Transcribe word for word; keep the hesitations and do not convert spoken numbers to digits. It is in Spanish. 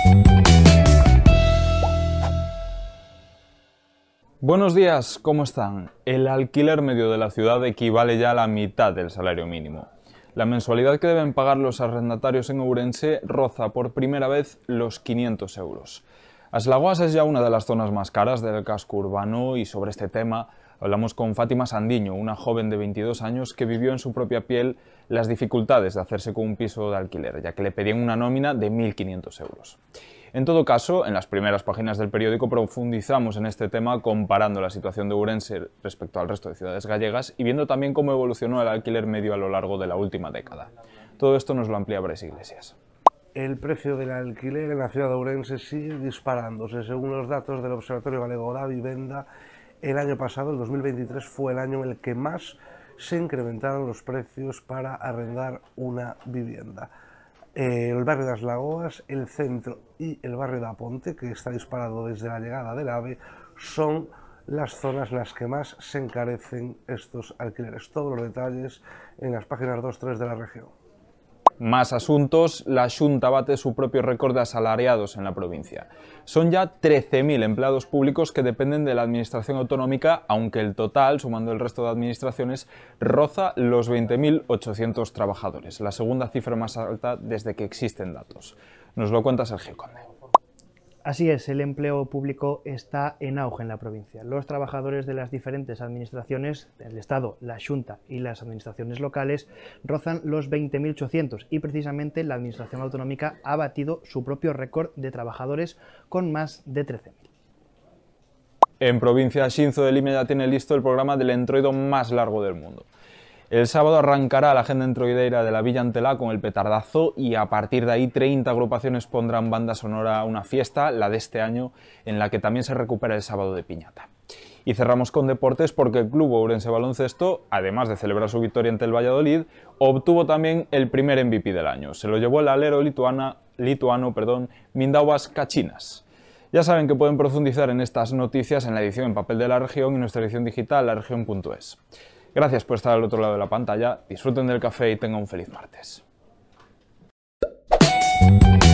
Buenos días, ¿cómo están? El alquiler medio de la ciudad equivale ya a la mitad del salario mínimo. La mensualidad que deben pagar los arrendatarios en Ourense roza por primera vez los quinientos euros. As Lagoas es ya una de las zonas más caras del casco urbano y sobre este tema hablamos con Fátima Sandiño, una joven de veintidós años que vivió en su propia piel las dificultades de hacerse con un piso de alquiler, ya que le pedían una nómina de mil quinientos euros. En todo caso, en las primeras páginas del periódico profundizamos en este tema comparando la situación de Ourense respecto al resto de ciudades gallegas y viendo también cómo evolucionó el alquiler medio a lo largo de la última década. Todo esto nos lo amplía Brais Iglesias. El precio del alquiler en la ciudad de Ourense sigue disparándose. Según los datos del Observatorio Galego da Vivenda, el año pasado, el dos mil veintitrés, fue el año en el que más se incrementaron los precios para arrendar una vivienda. El barrio de As Lagoas, el centro y el barrio de Aponte, que está disparado desde la llegada del AVE, son las zonas en las que más se encarecen estos alquileres. Todos los detalles en las páginas dos y tres de la región. Más asuntos, la Xunta bate su propio récord de asalariados en la provincia. Son ya trece mil empleados públicos que dependen de la administración autonómica, aunque el total, sumando el resto de administraciones, roza los veinte mil ochocientos trabajadores, la segunda cifra más alta desde que existen datos. Nos lo cuenta Sergio Conde. Así es, el empleo público está en auge en la provincia. Los trabajadores de las diferentes administraciones, el Estado, la Xunta y las administraciones locales, rozan los veinte mil ochocientos y precisamente la administración autonómica ha batido su propio récord de trabajadores con más de trece mil. En provincia, Xinzo de Limia ya tiene listo el programa del entroido más largo del mundo. El sábado arrancará la agenda entroideira de la Villa Antelá con el petardazo y a partir de ahí treinta agrupaciones pondrán banda sonora a una fiesta, la de este año, en la que también se recupera el sábado de piñata. Y cerramos con deportes porque el Club Ourense Baloncesto, además de celebrar su victoria ante el Valladolid, obtuvo también el primer M V P del año. Se lo llevó el alero lituana, lituano perdón, Mindaugas Kachinas. Ya saben que pueden profundizar en estas noticias en la edición en papel de La Región y nuestra edición digital, la región punto es. Gracias por estar al otro lado de la pantalla, disfruten del café y tengan un feliz martes.